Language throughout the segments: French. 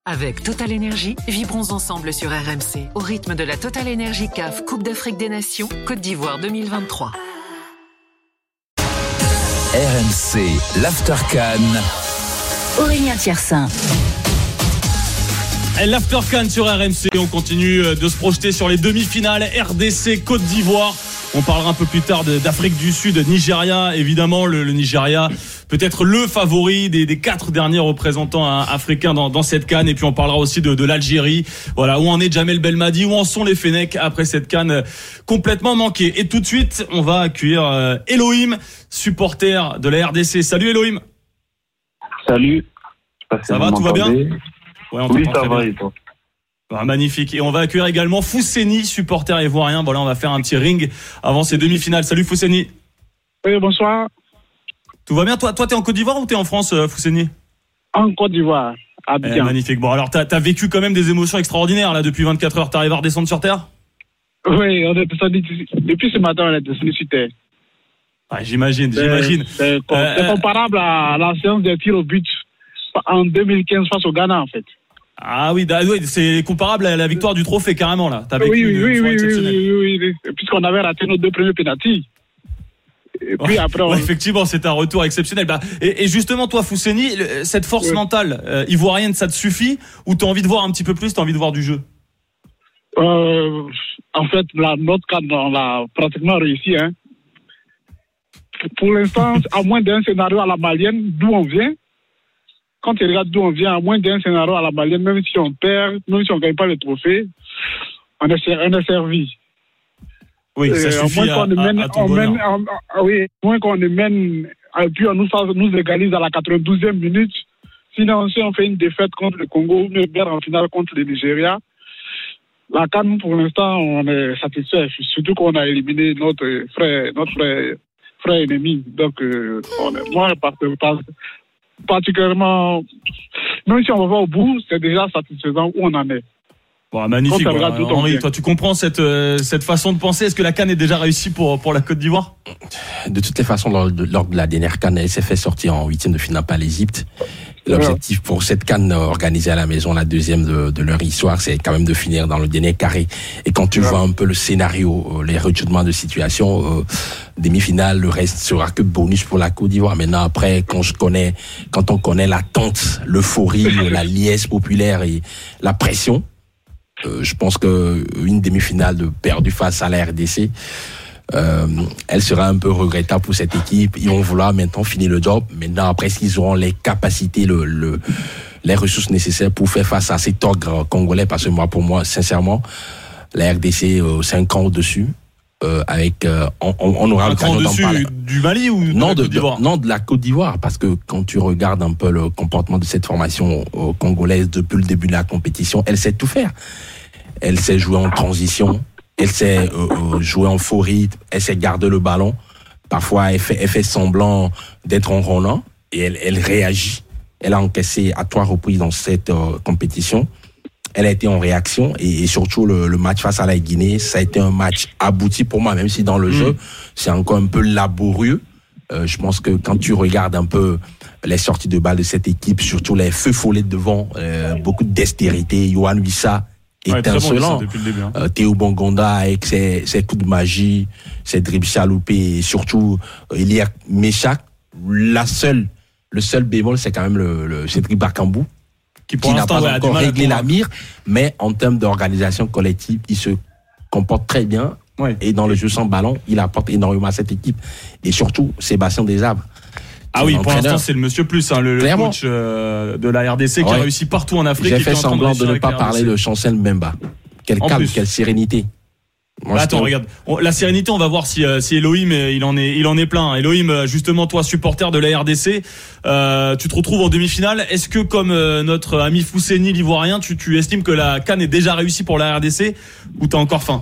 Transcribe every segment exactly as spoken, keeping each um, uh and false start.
Avec Total Energy, vibrons ensemble sur R M C au rythme de la Total Energy C A F Coupe d'Afrique des Nations Côte d'Ivoire deux mille vingt-trois. R M C, l'After-CAN. Aurélien Thiersin. L'After-CAN sur R M C, on continue de se projeter sur les demi-finales R D C Côte d'Ivoire. On parlera un peu plus tard de, d'Afrique du Sud, Nigeria, évidemment, le, le Nigeria, peut-être le favori des, des quatre derniers représentants hein, africains dans, dans cette CAN. Et puis on parlera aussi de, de l'Algérie, voilà, où en est Djamel Belmadi, où en sont les Fennecs après cette CAN complètement manquée. Et tout de suite, on va accueillir euh, Elohim, supporter de la R D C. Salut Elohim. Salut. Ça va, tout va bien? Ouais, oui, ça va et toi? Ah, magnifique. Et on va accueillir également Fousseni, supporter ivoirien. Voilà, on va faire un petit ring avant ces demi-finales. Salut Fousseni. Oui, bonsoir. Tout va bien? Toi, toi, t'es en Côte d'Ivoire ou t'es en France, Fousseni? En Côte d'Ivoire, à Abidjan. Eh, magnifique. Bon, alors, t'as, t'as vécu quand même des émotions extraordinaires, là, depuis vingt-quatre heures. T'arrives à redescendre sur Terre? Oui, on est descendu, depuis ce matin, on est descendu sur Terre. Ouais, j'imagine, c'est, j'imagine. C'est, c'est euh, comparable à la séance de tir au but en deux mille quinze face au Ghana, en fait. Ah oui, oui, c'est comparable à la victoire du trophée, carrément, là. T'as vécu oui, une oui, soirée oui, exceptionnelle. oui, oui, oui, oui, puisqu'on avait raté nos deux premiers pénaltys. Et puis ouais, après, on... ouais, effectivement, c'est un retour exceptionnel. Bah, et, et justement, toi, Fousseni, cette force ouais. mentale euh, ivoirienne, ça te suffit ou t'as envie de voir un petit peu plus, t'as envie de voir du jeu? euh, En fait, la, notre cadre, on l'a pratiquement réussi. Hein. Pour l'instant, à moins d'un scénario à la malienne, d'où on vient, quand tu regardes d'où on vient, à moins d'un scénario à la malienne, même si on perd, même si on ne gagne pas le trophée, on est, on est servi. Oui, ça euh, suffit à, mène, à, à ton on bonheur. Mène, on, oui, moins qu'on ne mène, et puis on nous, fasse, nous égalise à la quatre-vingt-douzième minute. Sinon, si on fait une défaite contre le Congo, ou une guerre en finale contre le Nigeria, la CAN, pour l'instant, on est satisfait. Surtout qu'on a éliminé notre frère, notre frère, frère ennemi. Donc, euh, on est, moi, particulièrement, même si on va voir au bout, c'est déjà satisfaisant où on en est. Bon, magnifique. Bon, Henri, toi, tu comprends cette, euh, cette façon de penser? Est-ce que la CAN est déjà réussie pour, pour la Côte d'Ivoire? De toutes les façons, lors de, lors de la dernière CAN, elle s'est fait sortir en huitième de finale par l'Égypte. L'objectif pour cette CAN organisée à la maison, la deuxième de, de leur histoire, c'est quand même de finir dans le dernier carré. Et quand tu ouais. vois un peu le scénario, les retournements de situation, euh, demi-finale, le reste sera que bonus pour la Côte d'Ivoire. Maintenant, après, quand je connais, quand on connaît l'attente, l'euphorie, la liesse populaire et la pression, euh, je pense que une demi-finale de perdue face à la R D C, Euh, elle sera un peu regrettable pour cette équipe. Ils vont vouloir maintenant finir le job. Maintenant, après, est-ce qu'ils auront les capacités, le, le, les ressources nécessaires pour faire face à cet ogre congolais? Parce que moi, pour moi, sincèrement, la R D C, euh, c'est un cran au-dessus. Euh, avec, euh, on, on aura un le cran au-dessus du Mali ou de non, la de, Côte d'Ivoire? de, non, de la Côte d'Ivoire. Parce que quand tu regardes un peu le comportement de cette formation euh, congolaise depuis le début de la compétition, elle sait tout faire. Elle sait jouer en transition. Elle sait euh, jouer en faux rythme, elle sait garder le ballon. Parfois, elle fait, elle fait semblant d'être en ronron et elle, elle réagit. Elle a encaissé à trois reprises dans cette euh, compétition. Elle a été en réaction et, et surtout le, le match face à la Guinée, ça a été un match abouti pour moi, même si dans le mmh. jeu, c'est encore un peu laborieux. Euh, je pense que quand tu regardes un peu les sorties de balles de cette équipe, surtout les feux follets devant, euh, beaucoup de dextérité, Yohan Wissa, étincelant. Ouais, bon, début, hein. euh, Théo Bongonda avec ses, ses coups de magie, ses dribbles chaloupés et surtout euh, il y a Méchac. La seule, le seul bémol, c'est quand même le, le Cédric Bakambu qui, qui n'a pas ouais, encore réglé la mire, mais en termes d'organisation collective, il se comporte très bien ouais. et dans le jeu sans ballon, il apporte énormément à cette équipe et surtout Sébastien Desabre. Ah oui, pour l'instant, c'est le monsieur plus, hein, le, le coach euh, de la R D C qui ouais. a réussi partout en Afrique. J'ai fait semblant de, de ne pas parler de Chancel Mbemba. Quel calme, quelle sérénité. Moi, bah, attends, regarde, on, la sérénité, on va voir si, euh, si Elohim, il en est, il en est plein. Elohim, justement, toi, supporter de la R D C, euh, tu te retrouves en demi-finale. Est-ce que, comme euh, notre ami Fousseni, l'Ivoirien, tu, tu estimes que la CAN est déjà réussie pour la R D C ou t'as encore faim?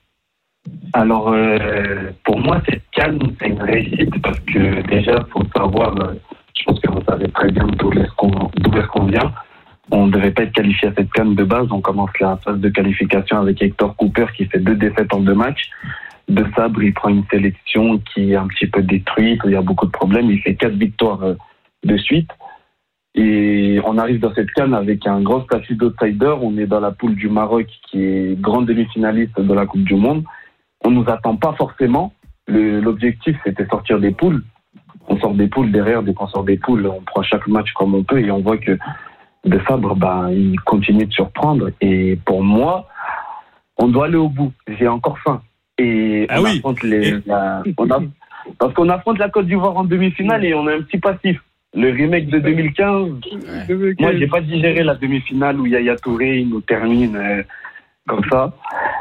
Alors, euh, pour moi, cette CAN, c'est une réussite parce que déjà, il faut savoir, euh, je pense que vous savez très bien d'où est-ce qu'on, d'où est-ce qu'on vient. On ne devait pas être qualifié à cette CAN de base. On commence la phase de qualification avec Hector Cooper qui fait deux défaites en deux matchs. De Sabre, il prend une sélection qui est un petit peu détruite, où il y a beaucoup de problèmes. Il fait quatre victoires euh, de suite. Et on arrive dans cette CAN avec un gros statut d'outsider. On est dans la poule du Maroc qui est grand demi-finaliste de la Coupe du Monde. On nous attend pas forcément. Le, l'objectif, c'était sortir des poules. On sort des poules derrière, dès qu'on sort des poules, on prend chaque match comme on peut et on voit que De Fabre, ben, il continue de surprendre. Et pour moi, on doit aller au bout. J'ai encore faim. Et ah on oui. affronte les, et... la, on a, parce qu'on affronte la Côte d'Ivoire en demi-finale et on a un petit passif. Le remake de deux mille quinze, ouais. Moi, j'ai pas digéré la demi-finale où Yaya Touré il nous termine euh, comme ça.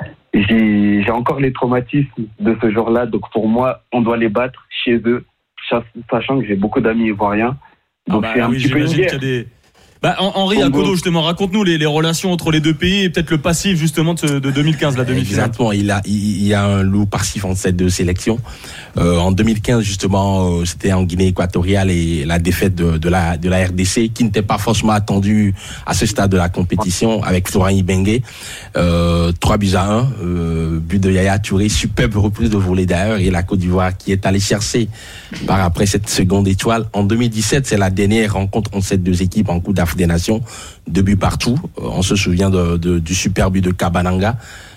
J'ai, j'ai encore les traumatismes de ce genre-là. Donc pour moi, on doit les battre chez eux, sachant que j'ai beaucoup d'amis ivoiriens. Donc ah bah, c'est un oui, petit peu une guerre. Qu'il y a des... Bah, Henri Akodo, justement, raconte-nous les, les relations entre les deux pays et peut-être le passif justement de, de deux mille quinze, la demi-finale. Exactement, il a, il, il y a un lot passif en cette deux sélections. Euh, en deux mille quinze, justement, euh, c'était en Guinée équatoriale et la défaite de, de la de la R D C qui n'était pas forcément attendue à ce stade de la compétition avec Florent Ibenge. Euh, trois buts à un, euh, but de Yaya Touré, superbe reprise de volée d'ailleurs et la Côte d'Ivoire qui est allée chercher par après cette seconde étoile. En deux mille dix-sept, c'est la dernière rencontre entre ces deux équipes en Coupe d'Afrique des Nations, deux buts partout. On se souvient de, de, du super but de Kabananga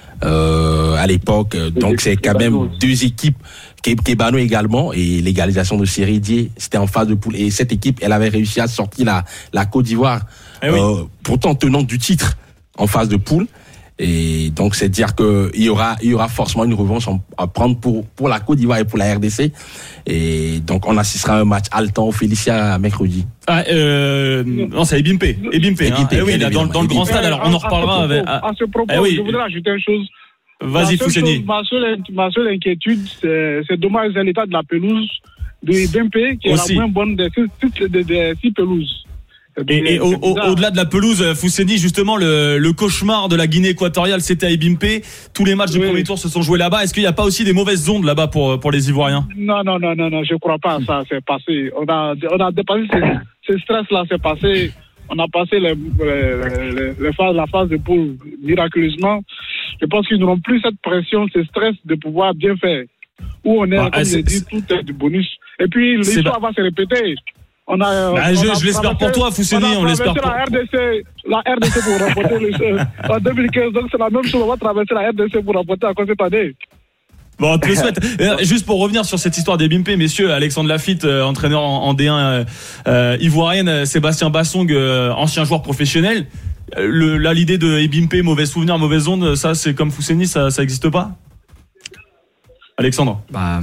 euh, à l'époque. Donc c'est quand même deux équipes. Kebano également et l'égalisation de Séridier, c'était en phase de poule. Et cette équipe, elle avait réussi à sortir la, la Côte d'Ivoire, eh oui. euh, pourtant tenante du titre en phase de poule. Et donc c'est dire que il y aura il y aura forcément une revanche à prendre pour pour la Côte d'Ivoire et pour la R D C. Et donc on assistera à un match haletant au Félicia mercredi. Ah euh, non, c'est Ebimpe, Ebimpe. Hein. Eh oui, là, dans, dans le grand stade. Alors on en reparlera. À, avec, à, à ce propos, eh oui. je voudrais ajouter une chose. Vas-y, Fousseni. Ma seule, ma seule inquiétude, c'est, c'est dommage, c'est l'état de la pelouse de Ebimpe qui est aussi la moins bonne des six, des, des six pelouses. Et, et au, au, au-delà de la pelouse, Fousseni, justement, le, le cauchemar de la Guinée équatoriale, c'était à Ebimpe. Tous les matchs du oui. premier tour se sont joués là-bas. Est-ce qu'il n'y a pas aussi des mauvaises ondes là-bas pour, pour les Ivoiriens? Non, non, non, non, non, je ne crois pas. Ça, c'est passé. On a, on a dépassé ce, ce stress-là, c'est passé. On a passé les, les, les, les phases, la phase de poule miraculeusement. Je pense qu'ils n'auront plus cette pression, ce stress de pouvoir bien faire. Où on est, ah, comme je dit, tout est du bonus. Et puis, l'histoire va se répéter. On a, bah, on je, a je l'espère pour toi, Fousseni, on, on l'espère pour la R D C, la R D C pour remporter le, en deux mille quinze, donc c'est la même chose, on va traverser la R D C pour remporter encore cette année. Bon, on te le souhaite. Juste pour revenir sur cette histoire d'Ebimpe, messieurs, Alexandre Lafitte, euh, entraîneur en, en D un euh, euh, ivoirienne, Sébastien Bassong, euh, ancien joueur professionnel. Le, là, l'idée de Ebimpe, mauvais souvenir, mauvaise onde, ça, c'est comme Fousseni, ça, ça existe pas? Alexandre? Bah,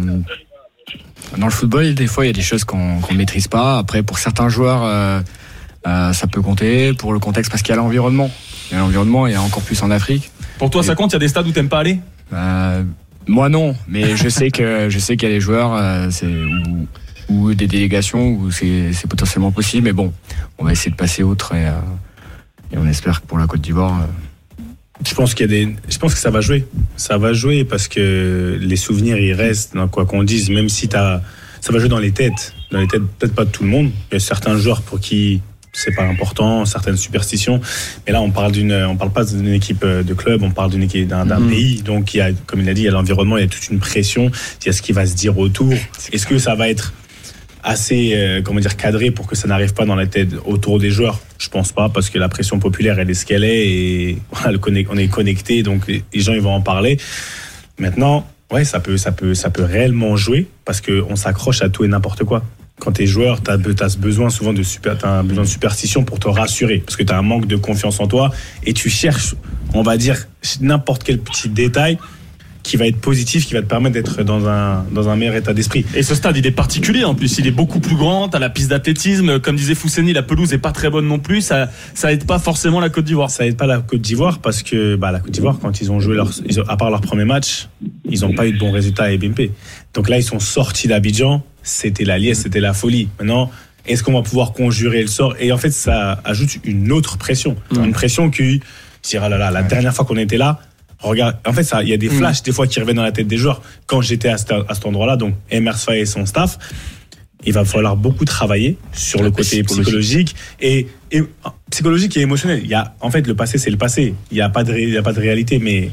dans le football, des fois, il y a des choses qu'on qu'on maîtrise pas. Après, pour certains joueurs, euh, euh, ça peut compter. Pour le contexte, parce qu'il y a l'environnement. Il y a l'environnement, il y a encore plus en Afrique. Pour toi, et ça compte? Il y a des stades où t'aimes pas aller? euh, Moi, non. Mais je sais que je sais qu'il y a des joueurs, euh, c'est ou, ou des délégations où c'est c'est potentiellement possible. Mais bon, on va essayer de passer outre et, euh, et on espère que pour la Côte d'Ivoire. Euh, Je pense qu'il y a des. Je pense que ça va jouer. Ça va jouer parce que les souvenirs ils restent. Dans quoi qu'on dise, même si t'as, ça va jouer dans les têtes, dans les têtes peut-être pas de tout le monde. Il y a certains joueurs pour qui c'est pas important, certaines superstitions. Mais là, on parle d'une, on parle pas d'une équipe de club, on parle d'une équipe d'un, d'un mmh. pays. Donc il y a, comme il a dit, il y a l'environnement, il y a toute une pression. Il y a ce qui va se dire autour. Est-ce que ça va être assez, euh, comment dire, cadré pour que ça n'arrive pas dans la tête autour des joueurs? Je pense pas, parce que la pression populaire, elle est ce qu'elle est et on est connecté, donc les gens ils vont en parler. Maintenant, ouais, ça peut, ça peut, ça peut réellement jouer parce que on s'accroche à tout et n'importe quoi. Quand t'es joueur, t'as, t'as besoin souvent de super, t'as un besoin de superstition pour te rassurer parce que t'as un manque de confiance en toi et tu cherches, on va dire, n'importe quel petit détail qui va être positif, qui va te permettre d'être dans un, dans un meilleur état d'esprit. Et ce stade, il est particulier en plus, il est beaucoup plus grand, t'as la piste d'athlétisme, comme disait Fousseni, la pelouse est pas très bonne non plus, ça, ça aide pas forcément la Côte d'Ivoire. Ça aide pas la Côte d'Ivoire parce que, bah, la Côte d'Ivoire, quand ils ont joué leur, ils ont, à part leur premier match, ils ont pas eu de bons résultats à Ebimpe. Donc là, ils sont sortis d'Abidjan, c'était la liesse, c'était la folie. Maintenant, est-ce qu'on va pouvoir conjurer le sort? Et en fait, ça ajoute une autre pression. Mmh. Une pression qui, c'est, oh là là, la dernière fois qu'on était là, regarde, en fait, ça, il y a des flashs, mmh. des fois, qui reviennent dans la tête des joueurs. Quand j'étais à, cet, à cet endroit-là, donc, Emers Faye et son staff, il va falloir beaucoup travailler sur le côté psychologique et, et, psychologique et émotionnel. Il y a, en fait, le passé, c'est le passé. Il n'y a pas de, il y a pas de réalité, mais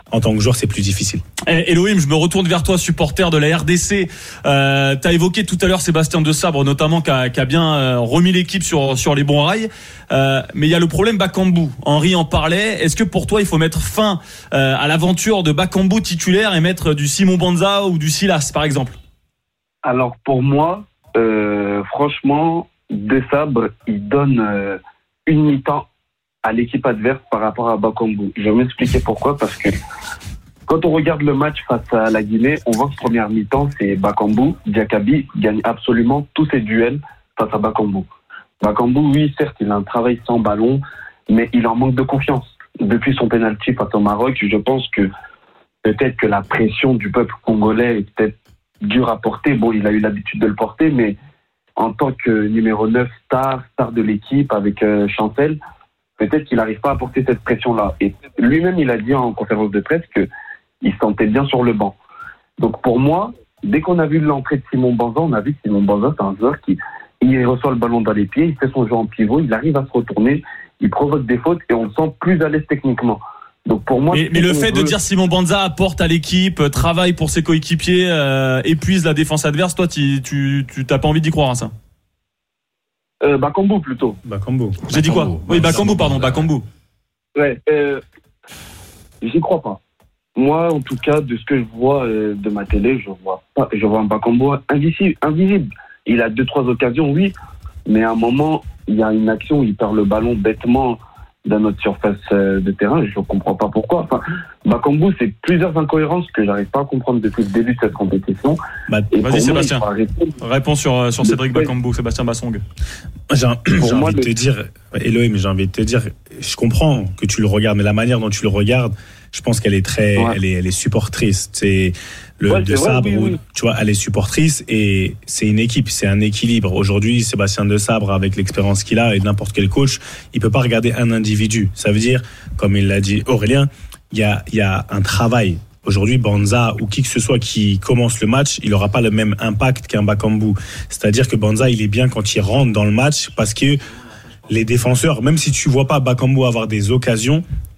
en tant que joueur, c'est plus difficile. Eh, Elohim, je me retourne vers toi, supporter de la R D C. Euh, tu as évoqué tout à l'heure Sébastien Desabre, notamment, qui a, qui a bien euh, remis l'équipe sur, sur les bons rails. Euh, mais il y a le problème Bakambu. Henri en parlait. Est-ce que pour toi, il faut mettre fin euh, à l'aventure de Bakambu titulaire et mettre du Simon Banza ou du Silas, par exemple? Alors, pour moi, euh, franchement, Desabre, il donne euh, une mi-temps à l'équipe adverse par rapport à Bakambu. Je vais m'expliquer pourquoi, parce que quand on regarde le match face à la Guinée, on voit que première mi-temps, c'est Bakambu. Diakabi gagne absolument tous ses duels face à Bakambu. Bakambu, oui, certes, il a un travail sans ballon, mais il en manque de confiance. Depuis son penalty face au Maroc, je pense que peut-être que la pression du peuple congolais est peut-être dure à porter. Bon, il a eu l'habitude de le porter, mais en tant que numéro neuf star, star de l'équipe avec euh, Chancel, peut-être qu'il n'arrive pas à porter cette pression-là. Et lui-même, il a dit en conférence de presse qu'il se sentait bien sur le banc. Donc pour moi, dès qu'on a vu l'entrée de Simon Banza, on a vu que Simon Banza, c'est un joueur qui il reçoit le ballon dans les pieds, il fait son jeu en pivot, il arrive à se retourner, il provoque des fautes et on le sent plus à l'aise techniquement. Donc pour moi, mais, mais le fait veut... de dire Simon Banza apporte à l'équipe, travaille pour ses coéquipiers, euh, épuise la défense adverse, toi, tu tu tu t'as pas envie d'y croire à ça? Euh, Bakambu plutôt. Bakambu. J'ai dit quoi? Oui, Bakambu, pardon, Bakambu. Ouais, euh, j'y crois pas. Moi, en tout cas, de ce que je vois euh, de ma télé, je vois pas, je vois un Bakambu invisible, invisible. Il a deux, trois occasions, oui, mais à un moment, il y a une action où il perd le ballon bêtement dans notre surface de terrain, je ne comprends pas pourquoi. Enfin, Bakambu, c'est plusieurs incohérences que j'arrive pas à comprendre depuis le début de cette compétition. Bah, vas-y Sébastien, réponds sur, sur Cédric Bakambu, Sébastien Bassong. J'ai, j'ai moi, envie de te dire, Elohim, j'ai envie de te dire, je comprends que tu le regardes, mais la manière dont tu le regardes, je pense qu'elle est très, ouais. elle est, elle est supportrice. C'est le ouais, de c'est Sabre, vrai, oui, oui. tu vois, elle est supportrice et c'est une équipe, c'est un équilibre. Aujourd'hui, Sébastien Desabre, avec l'expérience qu'il a et n'importe quel coach, il peut pas regarder un individu. Ça veut dire, comme il l'a dit Aurélien, il y a, il y a un travail. Aujourd'hui, Banza ou qui que ce soit qui commence le match, il n'aura pas le même impact qu'un Bakambu. C'est-à-dire que Banza, il est bien quand il rentre dans le match parce que les défenseurs, même si tu vois pas Bakambu avoir des occasions,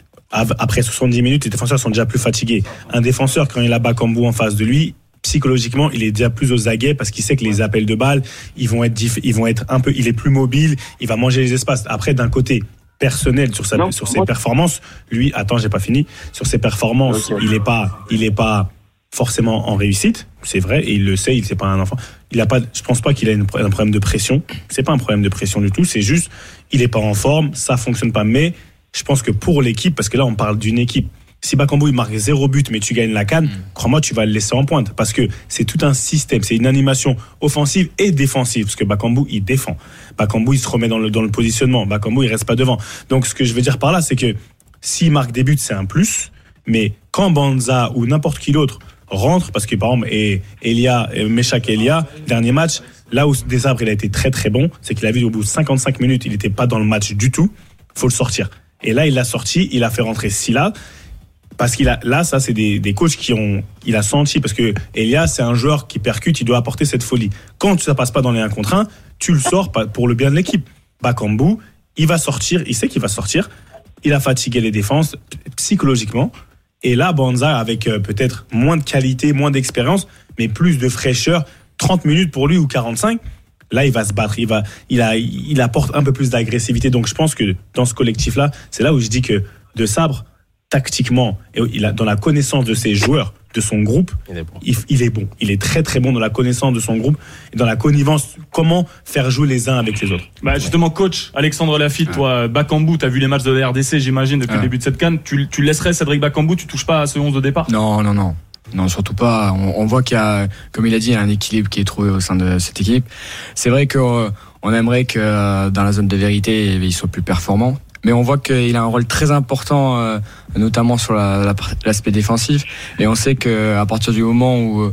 après soixante-dix minutes, les défenseurs sont déjà plus fatigués. Un défenseur, quand il a Bakambu en face de lui, psychologiquement, il est déjà plus aux aguets parce qu'il sait que les appels de balles, ils vont être, diff- ils vont être un peu, il est plus mobile, il va manger les espaces. Après, d'un côté personnel sur sa, non, sur ses moi... performances, lui, attends, j'ai pas fini. Sur ses performances, okay. il est pas, il est pas forcément en réussite. C'est vrai, et il le sait, il c'est pas un enfant. Il a pas, je pense pas qu'il a une, un problème de pression. C'est pas un problème de pression du tout. C'est juste, il est pas en forme, ça fonctionne pas. Mais je pense que pour l'équipe, parce que là on parle d'une équipe, si Bakambu il marque zéro but mais tu gagnes la CAN, mmh. crois-moi tu vas le laisser en pointe parce que c'est tout un système, c'est une animation offensive et défensive parce que Bakambu il défend, Bakambu il se remet dans le, dans le positionnement, Bakambu il reste pas devant. Donc ce que je veux dire par là c'est que s'il marque des buts c'est un plus, mais quand Banza ou n'importe qui d'autre rentre, parce que par exemple et Elia, Meshak Elia, dernier match, là où Desabre il a été très très bon, c'est qu'il a vu au bout de cinquante-cinq minutes il n'était pas dans le match du tout, faut le sortir. Et là, il l'a sorti, il a fait rentrer Silla, parce qu'il a, là, ça, c'est des, des coachs qui ont, il a senti, parce que Elia, c'est un joueur qui percute, il doit apporter cette folie. Quand ça passe pas dans les un contre un, tu le sors pour le bien de l'équipe. Bakambu, il va sortir, il sait qu'il va sortir, il a fatigué les défenses psychologiquement, et là, Banza, avec euh, peut-être moins de qualité, moins d'expérience, mais plus de fraîcheur, trente minutes pour lui ou quarante-cinq, là, il va se battre, il va, il a, il apporte un peu plus d'agressivité. Donc, je pense que dans ce collectif-là, c'est là où je dis que Desabre, tactiquement, et il a, dans la connaissance de ses joueurs, de son groupe, il est, bon. Il, il est bon. Il est très très bon dans la connaissance de son groupe et dans la connivence. Comment faire jouer les uns avec les autres. Bah justement, coach Alexandre Lafitte, ah. toi, Bakambu, t'as vu les matchs de la R D C, j'imagine, depuis ah. le début de cette CAN. Tu, tu laisserais Cédric Bakambu, tu touches pas à ce onze de départ? Non, non, non. Non, surtout pas. On, on voit qu'il y a, comme il a dit, il y a un équilibre qui est trouvé au sein de cette équipe. C'est vrai qu'on on aimerait que euh, dans la zone de vérité, il soit plus performant. Mais on voit qu'il a un rôle très important, euh, notamment sur la, la, l'aspect défensif. Et on sait qu'à partir du moment où,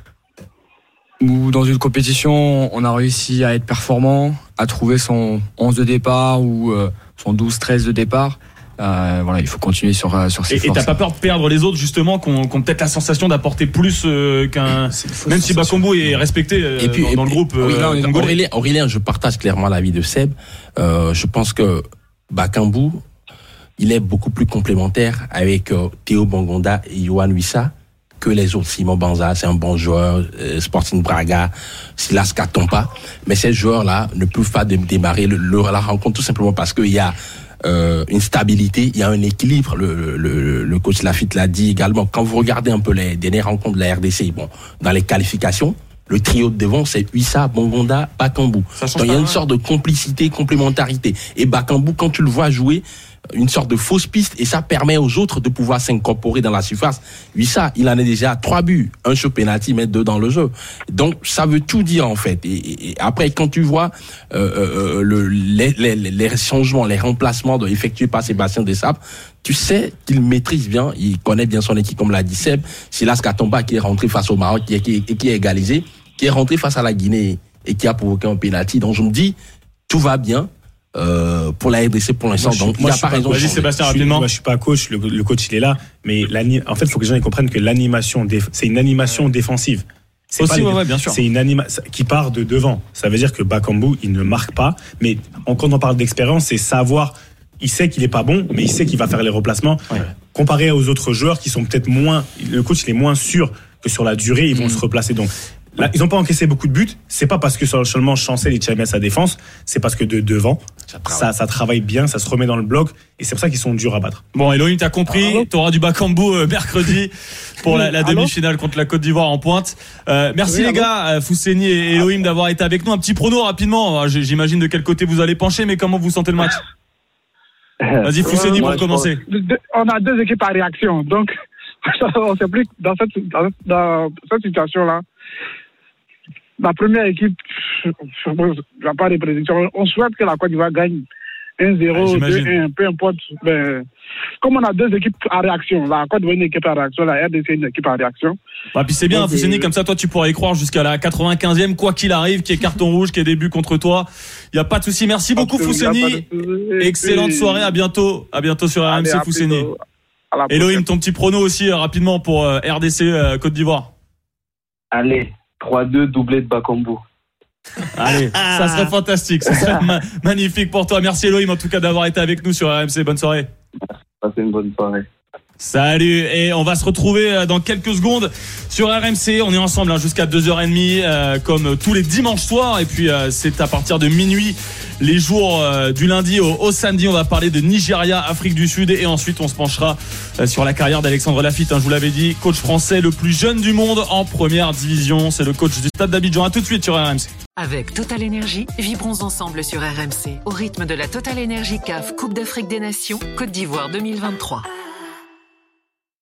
où, dans une compétition, on a réussi à être performant, à trouver son onze de départ ou euh, son douze treize de départ, Euh, voilà, il faut continuer sur sur ces et, forces. Et t'as pas peur de perdre les autres justement, qui ont, qui ont peut-être la sensation d'apporter plus euh, qu'un. Même si Bakambu est respecté euh, et puis, dans, et dans puis, le groupe. Oui, là, euh, Aurélien, Aurélien, je partage clairement l'avis de Seb. Euh, je pense que Bakambu, il est beaucoup plus complémentaire avec euh, Théo Bongonda et Yohan Wissa que les autres. Simon Banza, c'est un bon joueur, euh, Sporting Braga, Silas Katompa, mais ces joueurs-là ne peuvent pas dé- démarrer le, le, la rencontre tout simplement parce qu'il y a euh, une stabilité, il y a un équilibre. Le, le, le coach Lafitte l'a dit également. Quand vous regardez un peu les dernières rencontres de la R D C, bon, dans les qualifications, le trio de devant, c'est Wissa, Bongonda, Bakambu. Donc il y a une mal. sorte de complicité, complémentarité. Et Bakambu, quand tu le vois jouer, une sorte de fausse piste, et ça permet aux autres de pouvoir s'incorporer dans la surface. Wissa, il en est déjà à trois buts, un sur penalty, mais deux dans le jeu. Donc ça veut tout dire en fait. Et, et, et après, quand tu vois euh, euh, le, les, les, les changements, les remplacements de, effectués par Sébastien Desabre, tu sais qu'il maîtrise bien, il connaît bien son équipe, comme l'a dit Seb. Silas Katomba qui est rentré face au Maroc, qui est, qui est, qui est égalisé, qui est rentré face à la Guinée et qui a provoqué un penalty. Donc je me dis, tout va bien. Euh, pour la R D C pour l'instant, moi, donc il n'y a pas raison. Vas-y Sébastien, rapidement. Moi je suis pas coach, le, le coach il est là, mais en fait il faut que les gens comprennent que l'animation, déf... c'est une animation défensive. C'est aussi, pas ouais, les... ouais, bien sûr. C'est une animation qui part de devant. Ça veut dire que Bakambu il ne marque pas, mais quand on parle d'expérience, c'est savoir. Il sait qu'il est pas bon, mais il sait qu'il va faire les replacements. Ouais. Comparé aux autres joueurs qui sont peut-être moins, le coach il est moins sûr que sur la durée ils vont mmh. se replacer. Donc là, ils n'ont pas encaissé beaucoup de buts. C'est pas parce que seulement Chancel il tient bien sa défense, c'est parce que de devant, ça travaille. Ça, ça travaille bien, ça se remet dans le bloc, et c'est pour ça qu'ils sont durs à battre. Bon, Elohim, t'as compris. T'auras du Bakambu euh, mercredi pour la, la demi-finale contre la Côte d'Ivoire en pointe. Euh, merci oui, les gars, euh, Fousseni et Elohim d'avoir été avec nous. Un petit prono rapidement. J'imagine de quel côté vous allez pencher, mais comment vous sentez le match? Vas-y, Fousseni, pour commencer. On a deux équipes à réaction, donc on ne sait plus dans cette, dans, dans cette situation-là. La première équipe, je n'ai pas de prédiction. On souhaite que la Côte d'Ivoire gagne un zéro, deux un, peu importe. Mais comme on a deux équipes à réaction, la Côte d'Ivoire est une équipe à réaction, la R D C est une équipe à réaction. Ah, puis c'est bien, donc, Fousseni, euh... comme ça, toi, tu pourras y croire jusqu'à la quatre-vingt-quinzième, quoi qu'il arrive, qu'il y ait carton rouge, qu'il y ait des buts contre toi. Il n'y a pas de souci. Merci beaucoup, Fousseni. Excellente soirée. À bientôt. À bientôt sur R M C, allez, Fousseni. Elohim, ton petit prono aussi, rapidement, pour euh, R D C euh, Côte d'Ivoire. Allez. trois deux, doublé de Bakambu. Allez, ça serait fantastique, ça serait ma- magnifique pour toi. Merci Elohim en tout cas d'avoir été avec nous sur R M C. Bonne soirée. Passez une bonne soirée. Salut, et on va se retrouver dans quelques secondes sur R M C. On est ensemble hein, jusqu'à deux heures trente euh, comme tous les dimanches soirs. Et puis euh, c'est à partir de minuit les jours euh, du lundi au, au samedi. On va parler de Nigeria, Afrique du Sud. Et ensuite on se penchera euh, sur la carrière d'Alexandre Lafitte. Hein, je vous l'avais dit, coach français le plus jeune du monde en première division. C'est le coach du Stade d'Abidjan. À tout de suite sur R M C. Avec Total Énergie, vibrons ensemble sur R M C au rythme de la Total Énergie C A F Coupe d'Afrique des Nations Côte d'Ivoire deux mille vingt-trois.